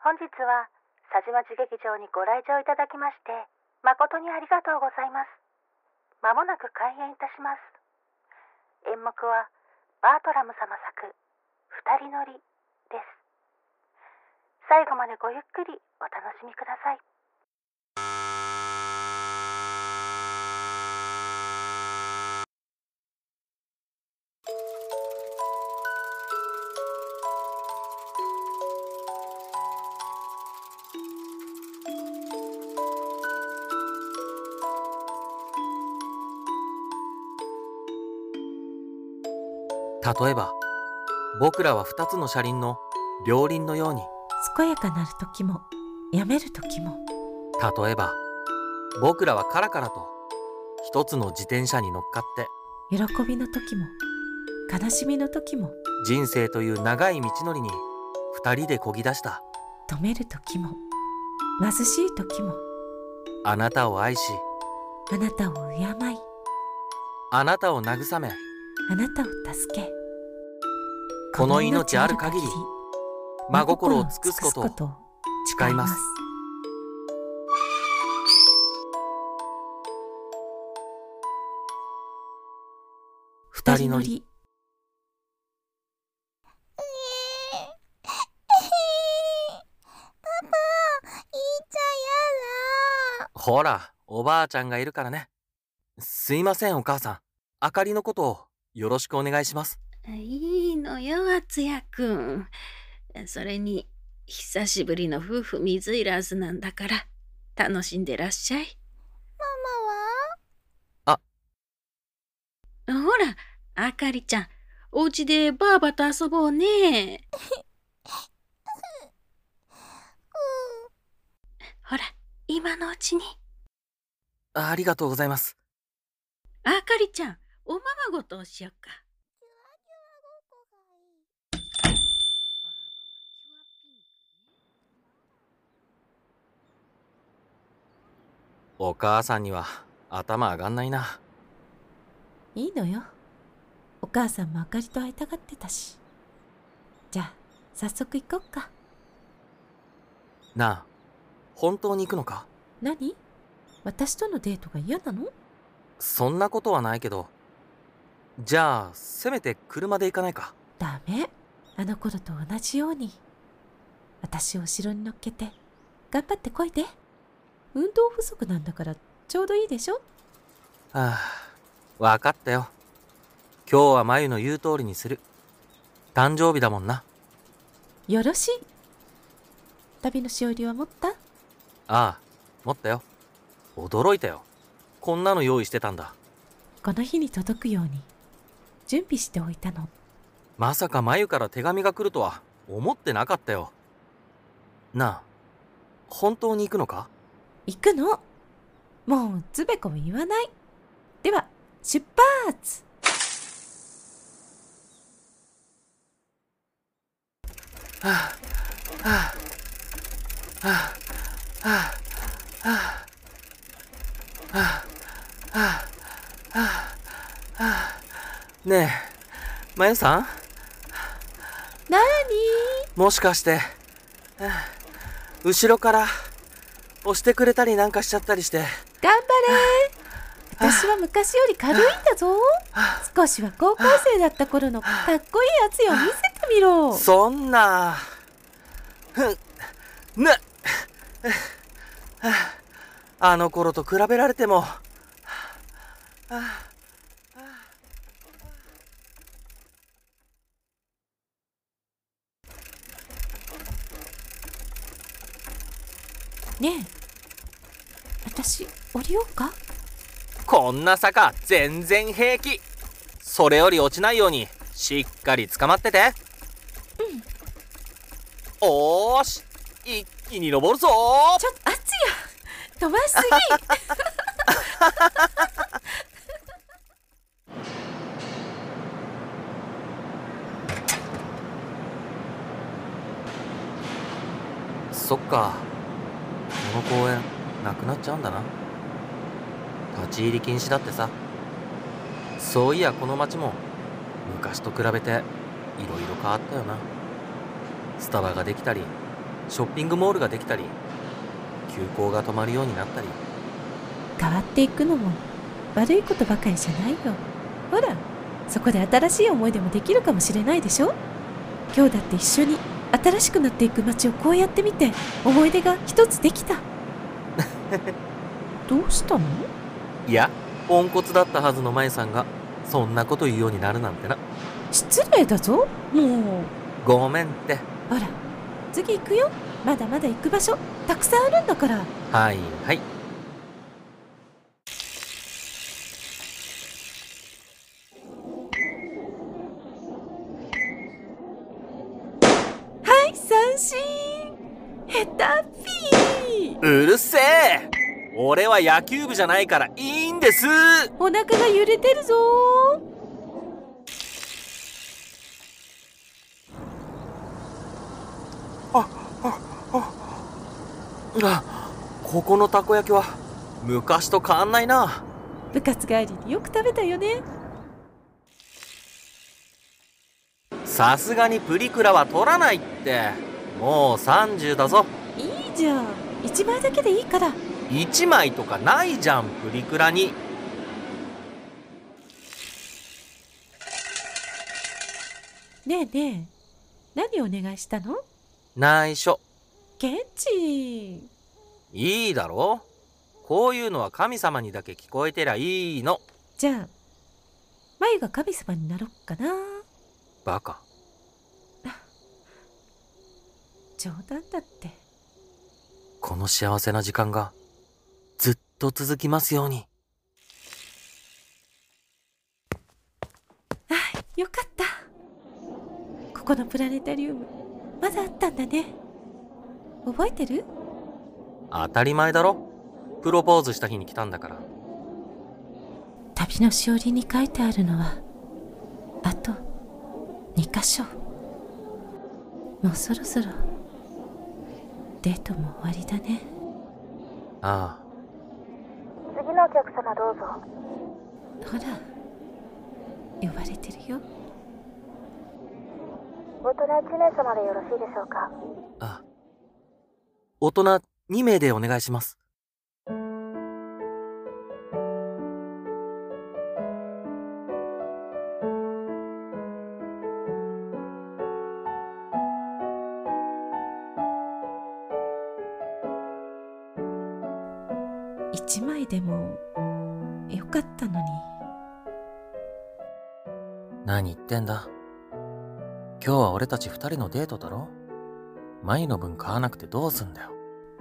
本日は佐島地劇場にご来場いただきまして誠にありがとうございます。まもなく開演いたします。演目はバートラム様作二人乗りです。最後までごゆっくりお楽しみください。 例えば僕らは2つの車輪の両輪のように、 健やかなる時もやめる時も。 例えば僕らはカラカラと一つの自転車に乗っかって喜びの時も悲しみの時も。 人生という長い道のりに2人で漕ぎ出した。 止める時も貧しい時も。 あなたを愛し、 あなたを敬い、 あなたを慰め、 あなたを助け、 この命ある限り真心を尽くすことを誓います。二人乗り。ほら、おばあちゃんがいるからね。すいません、お母さん。あかりのことをよろしくお願いします。 いいのよ、敦也くん。それに、久しぶりの夫婦水入らずなんだから、楽しんでらっしゃい。 ママは？ ほら、あかりちゃん、お家でばあばと遊ぼうね。ほら、今のうちに。 ありがとうございます。 あかりちゃん、おままごとをしよっか。 お母さんには頭上がんないな。 いいのよ。お母さんもあかりと会いたがってたし。じゃあ早速行こっか。 なあ、本当に行くのか？ 何？私とのデートが嫌なの？ そんなことはないけど。じゃあせめて車で行かないか？ ダメ。あの頃と同じように私を後ろに乗っけて頑張ってこいで。運動不足なんだからちょうどいいでしょ。 はあ、わかったよ。今日はまゆの言う通りにする。誕生日だもんな。 よろしい。旅のしおりは持った？ ああ、持ったよ。驚いたよ。こんなの用意してたんだ。 この日に届くように準備しておいたの。 まさかまゆから手紙が来るとは思ってなかったよ。なあ、本当に行くのか？ 行くの。もうつべこべ言わない。では出発。 はあはあはあはあはあはあはあはあ。ねえ、まゆさん？ なに？ もしかして後ろから押してくれたりなんかしちゃったりして。 頑張れ。私は昔より軽いんだぞ。少しは高校生だった頃のかっこいいやつよ。見せてみろ。 そんな。あの頃と比べられても。 ねえ、私降りようか？ こんな坂全然平気。それより落ちないようにしっかり捕まってて。おーし、一気に登るぞ。 ちょっと敦也、飛ばしすぎ。 そっか、この公園なくなっちゃうんだな。立ち入り禁止だってさ。そういやこの町も昔と比べていろいろ変わったよな。スタバができたりショッピングモールができたり、休校が止まるようになったり。 変わっていくのも悪いことばかりじゃないよ。ほら、そこで新しい思い出もできるかもしれないでしょ。今日だって一緒に新しくなっていく街をこうやって見て、思い出が一つできた。どうしたの？ いや、ポンコツだったはずの舞さんがそんなこと言うようになるなんてな。 失礼だぞ、もう。 ごめんって。 ほら、次行くよ。まだまだ行く場所たくさんあるんだから。 はいはい。 はい、三振。ヘタピー。 うるせえ。俺は野球部じゃないからいいんです。 お腹が揺れてるぞ。 ここのたこ焼きは昔と変わんないな。 部活帰りによく食べたよね。 さすがにプリクラは取らないって。もう30だぞ。 いいじゃん、1枚だけでいいから。 1枚とかないじゃん、プリクラに。 ねえねえ、何お願いしたの？ 内緒。 ケンチ。 いいだろ。こういうのは神様にだけ聞こえてりゃいいの。 じゃあマユが神様になろっかな。 バカ。 冗談だって。 この幸せな時間がずっと続きますように。 あ、よかった。ここのプラネタリウムまだあったんだね。覚えてる？ 当たり前だろ。プロポーズした日に来たんだから。 旅のしおりに書いてあるのはあと2箇所。もうそろそろデートも終わりだね。 ああ。 次のお客様どうぞ。 ほら、呼ばれてるよ。 大人1名様でよろしいでしょうか。 あ、大人2名でお願いします。 1枚でもよかったのに。 何言ってんだ。今日は俺たち2人のデートだろ。マユの分買わなくてどうすんだよ。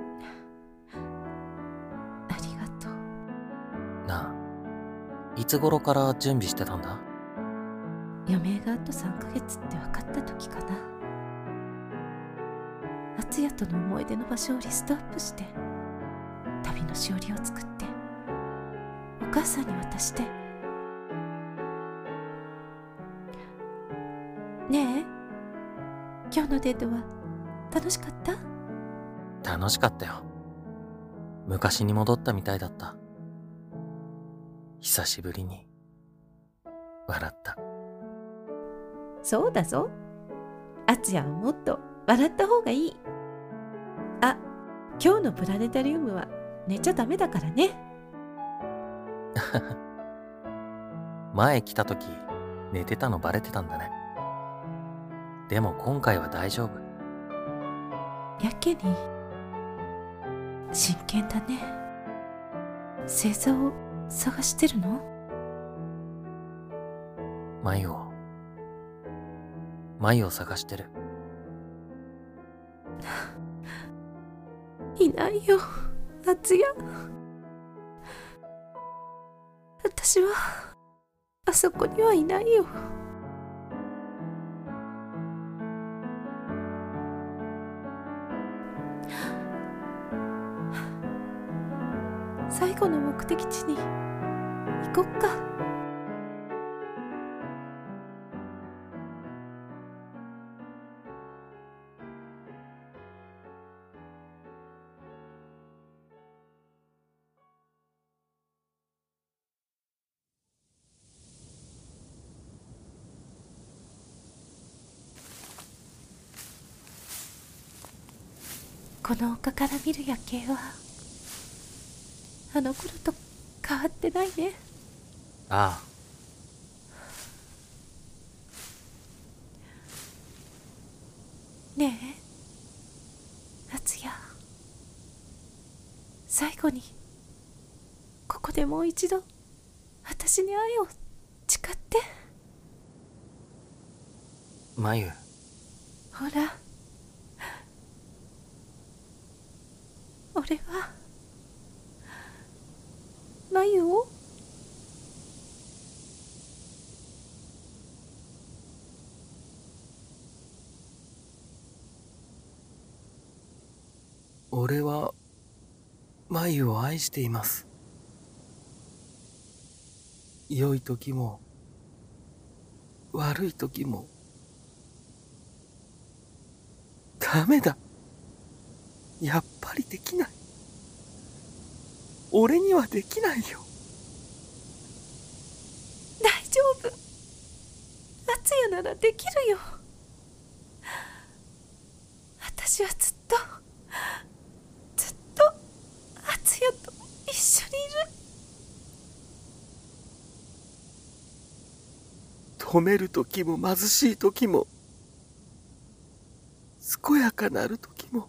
ありがとう。 なあ、いつ頃から準備してたんだ？ 余命があと3ヶ月って分かった時かな。敦也との思い出の場所をリストアップして旅のしおりを作ってお母さんに渡して。ねえ、今日のデートは楽しかった？ 楽しかったよ。昔に戻ったみたいだった。久しぶりに笑った。 そうだぞ。敦也はもっと笑った方がいい。あ、今日のプラネタリウムは寝ちゃダメだからね。 前来た時寝てたのバレてたんだね。でも今回は大丈夫。 やけに真剣だね。星座を探してるの？ 眉を探してる。 いないよ、敦也。私はあそこにはいないよ。最後の目的地に行こっか。 この丘から見る夜景はあの頃と変わってないね。 ああ。 ねえ夏也、最後にここでもう一度私に愛を誓って。 まゆ。 ほら、俺はまゆを俺はまゆを愛しています。良い時も悪い時も。ダメだ。やっぱりできない。俺にはできないよ。 大丈夫、夏也ならできるよ。私はずっと敦也と一緒にいる。 止める時も貧しい時も健やかなる時も、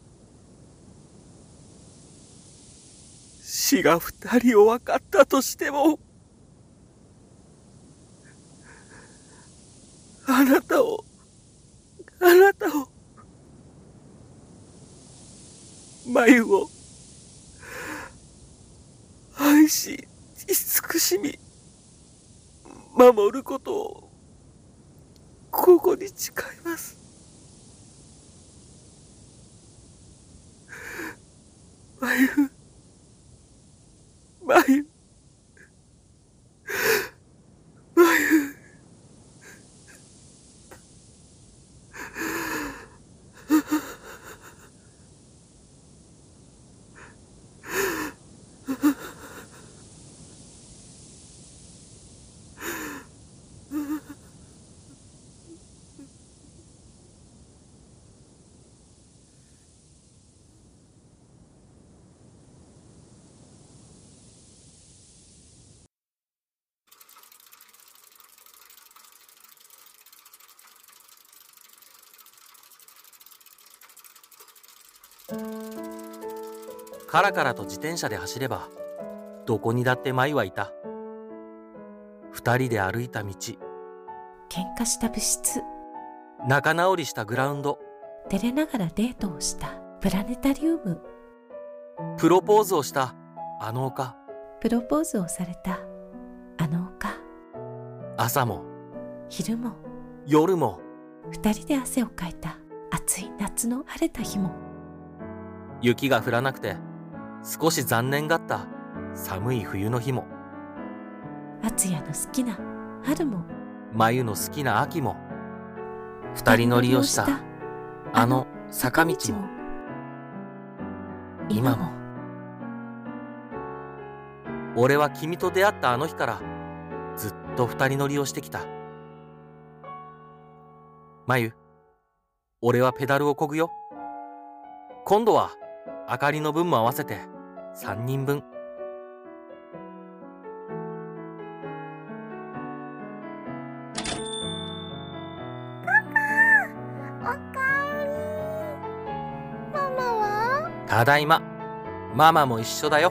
死が二人を分かったとしても、あなたをまゆを愛し慈しみ守ることをここに誓います。まゆまゆ。カラカラと自転車で走ればどこにだってまゆはいた。二人で歩いた道、 喧嘩した部室、 仲直りしたグラウンド、 照れながらデートをしたプラネタリウム、 プロポーズをしたあの丘、 プロポーズをされたあの丘、 朝も昼も夜も、 二人で汗をかいた暑い夏の晴れた日も、 雪が降らなくて少し残念がった寒い冬の日も、 敦也の好きな春も、 まゆの好きな秋も、二人乗りをしたあの坂道も、今も。俺は君と出会ったあの日からずっと二人乗りをしてきた。まゆ、俺はペダルをこぐよ。今度はあかりの分も合わせて3人分。ただいま。ママも一緒だよ。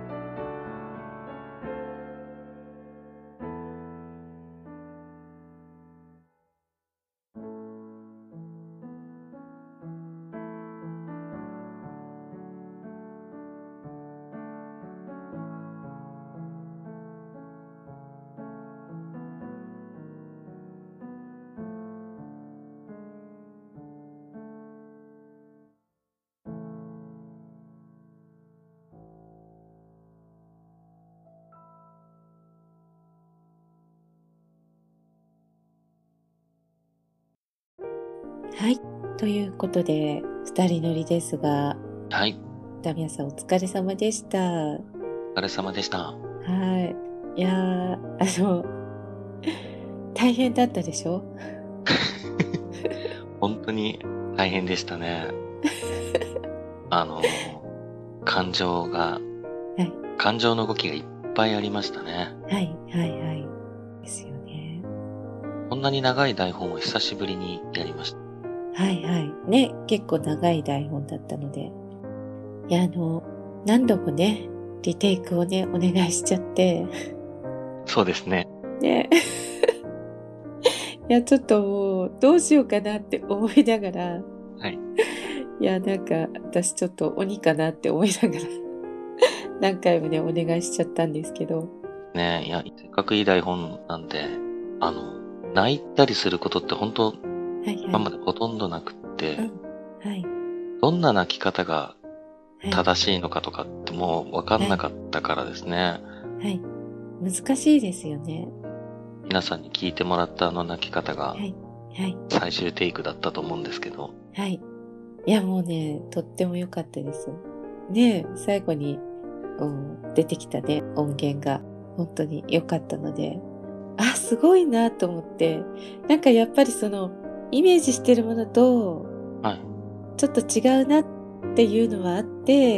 はい、ということで二人乗りですが、 はい、 ダミアさんお疲れ様でした。 お疲れ様でした。 はい、いやー、大変だったでしょ？ 本当に大変でしたね。 感情が、 はい。 感情の動きがいっぱいありましたね。 はいはいはい。ですよね。 こんなに長い台本を久しぶりにやりました。 はいはい。ね、結構長い台本だったので。いや、何度もね、リテイクをね、お願いしちゃって。 そうですね。 ね。いや、ちょっともう、どうしようかなって思いながら。 はい。 いや、なんか、私ちょっと鬼かなって思いながら、何回もね、お願いしちゃったんですけど。 ねいや、せっかくいい台本なんで、泣いたりすることって本当、 はいはい。 今までほとんどなくって、 はい。 どんな泣き方がはい。 正しいのかとかってもう分かんなかったからですね。 はい。難しいですよね。 皆さんに聞いてもらった泣き方がはい。はい。 最終テイクだったと思うんですけど。 はい。いや、もうね、とっても良かったです。ね、最後に、出てきたね、音源が本当に良かったので、あ、すごいなと思って、なんかやっぱりイメージしてるものと、 はい。 ちょっと違うなっていうのはあって、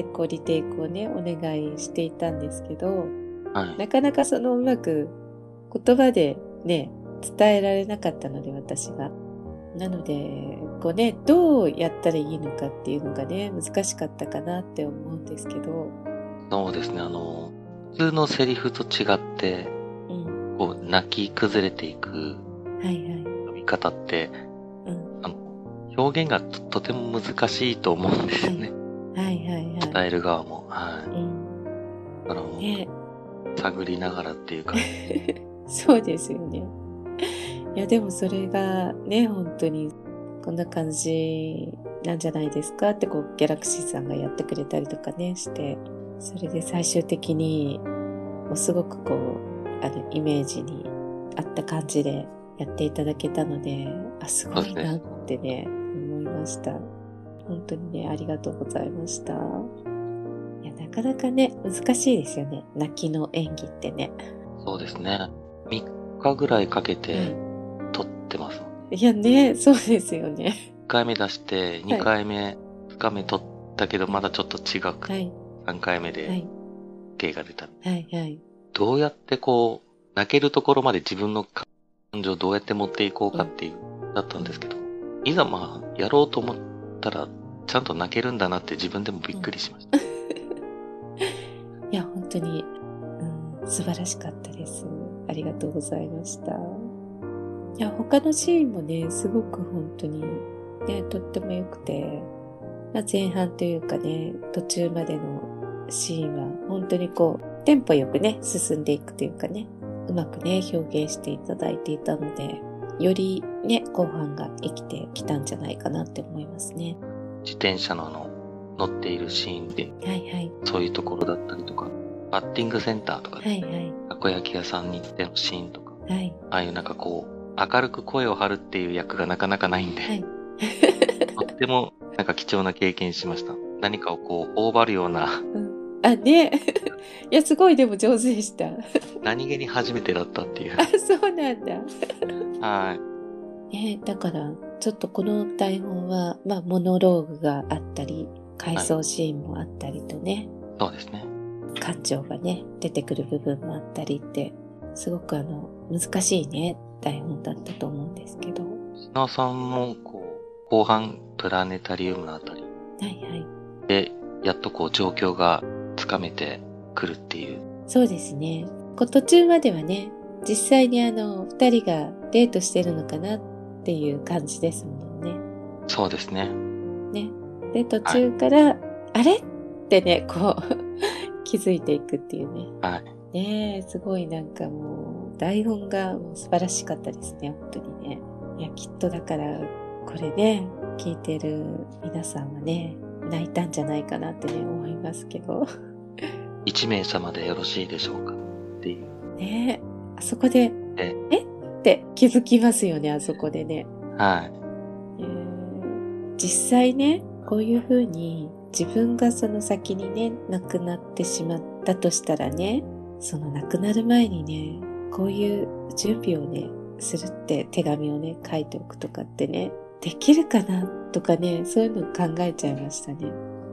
リテイクをね、お願いしていたんですけど、 はい。 なかなかうまく言葉でね、伝えられなかったので、私が。なので、どうやったらいいのかっていうのがね、難しかったかなって思うんですけど。 そうですね。普通のセリフと違って、 うん。 泣き崩れていくはいはい。 読み方って、 うん。 表現がとても難しいと思うんですよね。 はいはいはい。 伝える側も。はい。 うん。 だからもう、 ね。 探りながらっていうか。 そうですよね。いや、でもそれがね、本当にこんな感じなんじゃないですかってギャラクシーさんがやってくれたりとかね、して、それで最終的に、もうすごくイメージに合った感じでやっていただけたので、あ、すごいなってね、思いました。本当にね、ありがとうございました。いや、なかなかね、難しいですよね。泣きの演技ってね。 そうですね。3日ぐらいかけて撮ってます。 いやね、そうですよね。 1回目出して、2回目、2日目撮ったけど、まだちょっと違く、 はい。 3回目ではい。 芸が出た。 はいはい。 どうやって泣けるところまで自分の感情をどうやって持っていこうかっていう、だったんですけど、いざやろうと思ったら、ちゃんと泣けるんだなって自分でもびっくりしました。 いや、本当に、素晴らしかったです。ありがとうございました。いや、他のシーンもね、すごく本当に、ね、とっても良くて、前半というかね、途中までのシーンは、本当にテンポよくね、進んでいくというかね、うまくね、表現していただいていたので、よりね、後半が生きてきたんじゃないかなって思いますね。 自転車の乗っているシーンで、 はいはい。 そういうところだったりとか、バッティングセンターとか、 はいはい。 たこ焼き屋さんに行ってのシーンとか、 はい。 ああいう明るく声を張るっていう役がなかなかないんで、 はい。 とっても貴重な経験しました。何かを頬張るようなあ、ね。いや、すごいでも上手でした。 何気に初めてだったっていう。 あ、そうなんだ。 はい。 だから、ちょっとこの台本は、モノローグがあったり、回想シーンもあったりとね、 そうですね。 感情がね、出てくる部分もあったりって、すごく難しいね、台本だったと思うんですけど。 砂尾さんも、後半、プラネタリウムのあたりはいはい。 で、やっと状況がつかめてくるっていう。 そうですね。途中まではね、実際に二人がデートしてるのかなっていう感じですもんね。 そうですね。 ね。で、途中から、あれってね、気づいていくっていうね。 はい。 ねえ、すごいもう、台本がもう素晴らしかったですね、本当にね。いや、きっとだから、これね、聞いてる皆さんはね、泣いたんじゃないかなってね、思いますけど。 1名様でよろしいでしょうかっていう。 ねえ、あそこで、って気づきますよね、あそこでね。 はい。 実際ね、こういう風に自分がその先にね、亡くなってしまったとしたらね、その亡くなる前にね、こういう準備をね、するって手紙をね、書いておくとかってね、できるかなとかね、そういうの考えちゃいましたね。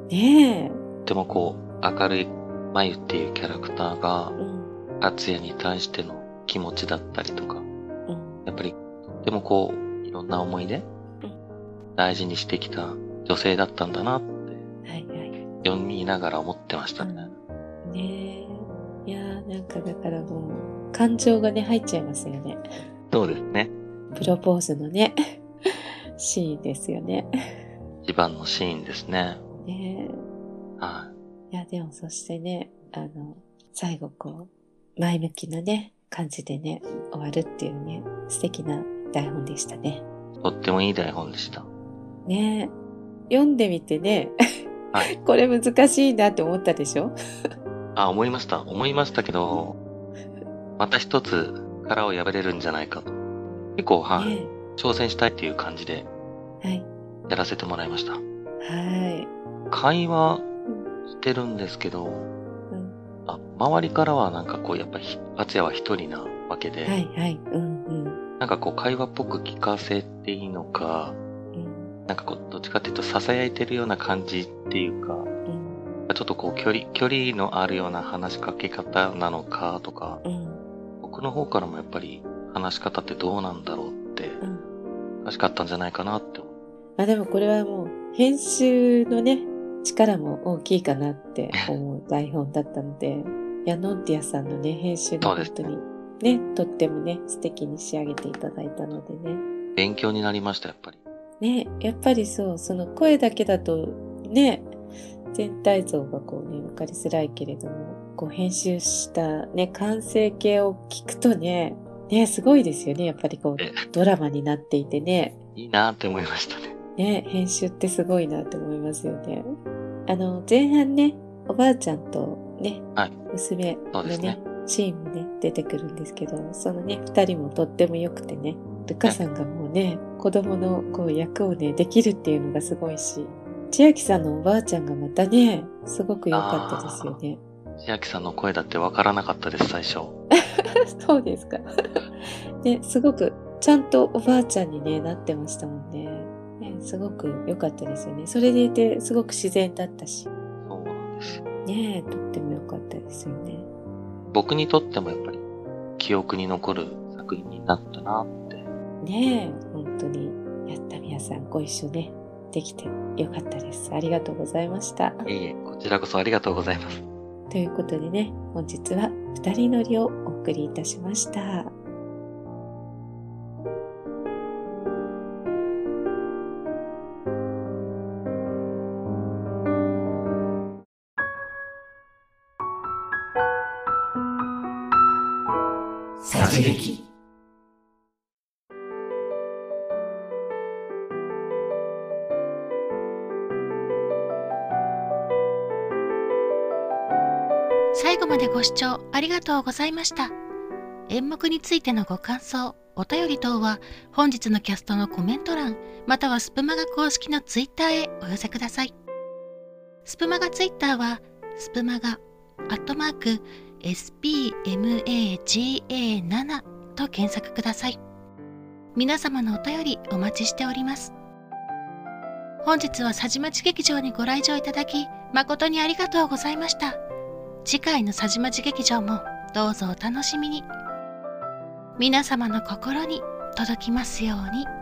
ねえ。 とてもこう、明るいまゆっていうキャラクターが、 うん。 達也に対しての気持ちだったりとか、 うん。 やっぱり、とてもこう、いろんな思い出、大事にしてきた女性だったんだなってはいはい。 読みながら思ってましたね。 ねえ。いやーなんかだからもう、感情がね、入っちゃいますよね。 そうですね。 プロポーズのね、シーンですよね。 一番のシーンですね。 ねはえ。いや、でもそしてね、最後こう、前向きなね、感じでね、終わるっていうね、素敵な台本でしたね。 い。とってもいい台本でした。 ねえ。読んでみてね、 はい。 これ難しいなって思ったでしょ？ あ、思いました。思いましたけど、また一つ殻を破れるんじゃないかと。結構、はい。 ね挑戦したいっていう感じでえ。はい。 やらせてもらいました。 はい。 会話してるんですけど、 うん。 周りからはなんかこう、やっぱり、敦也は一人なわけで、 はいはい。うんうん。 なんかこう、会話っぽく聞かせていいのか、 うん。 なんかこう、どっちかっていうと、囁いてるような感じっていうか、 うん。 ちょっとこう、距離のあるような話しかけ方なのかとか、 うん。 僕の方からもやっぱり、話し方ってどうなんだろうって、 うん。 難しかったんじゃないかなって思う。 でもこれはもう、編集のね、力も大きいかなって思う台本だったので、いや、ノンティアさんのね、編集がそうです本当にね、とってもね、素敵に仕上げていただいたのでね。 勉強になりました、やっぱり。 ね、やっぱりそう、その声だけだとね、全体像がこうね、わかりづらいけれども、こう編集したね、完成形を聞くとね、すごいですよね。やっぱりこう、ドラマになっていてね。 いいなって思いましたね。 ね、編集ってすごいなって思いますよね。前半ね、おばあちゃんとね、 はい。 娘のそうですねね、シーンもね、出てくるんですけど、そのね、二人もとっても良くてね、ルカさんがもうね、子供のこう役をね、できるっていうのがすごいし、千秋さんのおばあちゃんがまたね、すごく良かったですよね。 千秋さんの声だってわからなかったです、最初。 そうですか。ね、すごく、ちゃんとおばあちゃんにね、なってましたもんね。ね、すごく良かったですよね。それでいて、すごく自然だったし。 そうなんですよ。 ねとっても良かったですよね。 僕にとってもやっぱり、記憶に残る作品になったなって。 ね本当に、やったみやさんご一緒ね、できて良かったです。ありがとうございました。 いえいえ、こちらこそありがとうございます。 ということでね、本日は二人乗りをお送りいたしました。 殺撃。 最後までご視聴ありがとうございました。演目についてのご感想、お便り等は本日のキャストのコメント欄、またはスプマガ公式のツイッターへお寄せください。スプマガツイッターは、スプマガ@spmaga7 と検索ください。皆様のお便りお待ちしております。本日は佐治町劇場にご来場いただき、誠にありがとうございました。次回の佐治町劇場もどうぞお楽しみに。皆様の心に届きますように。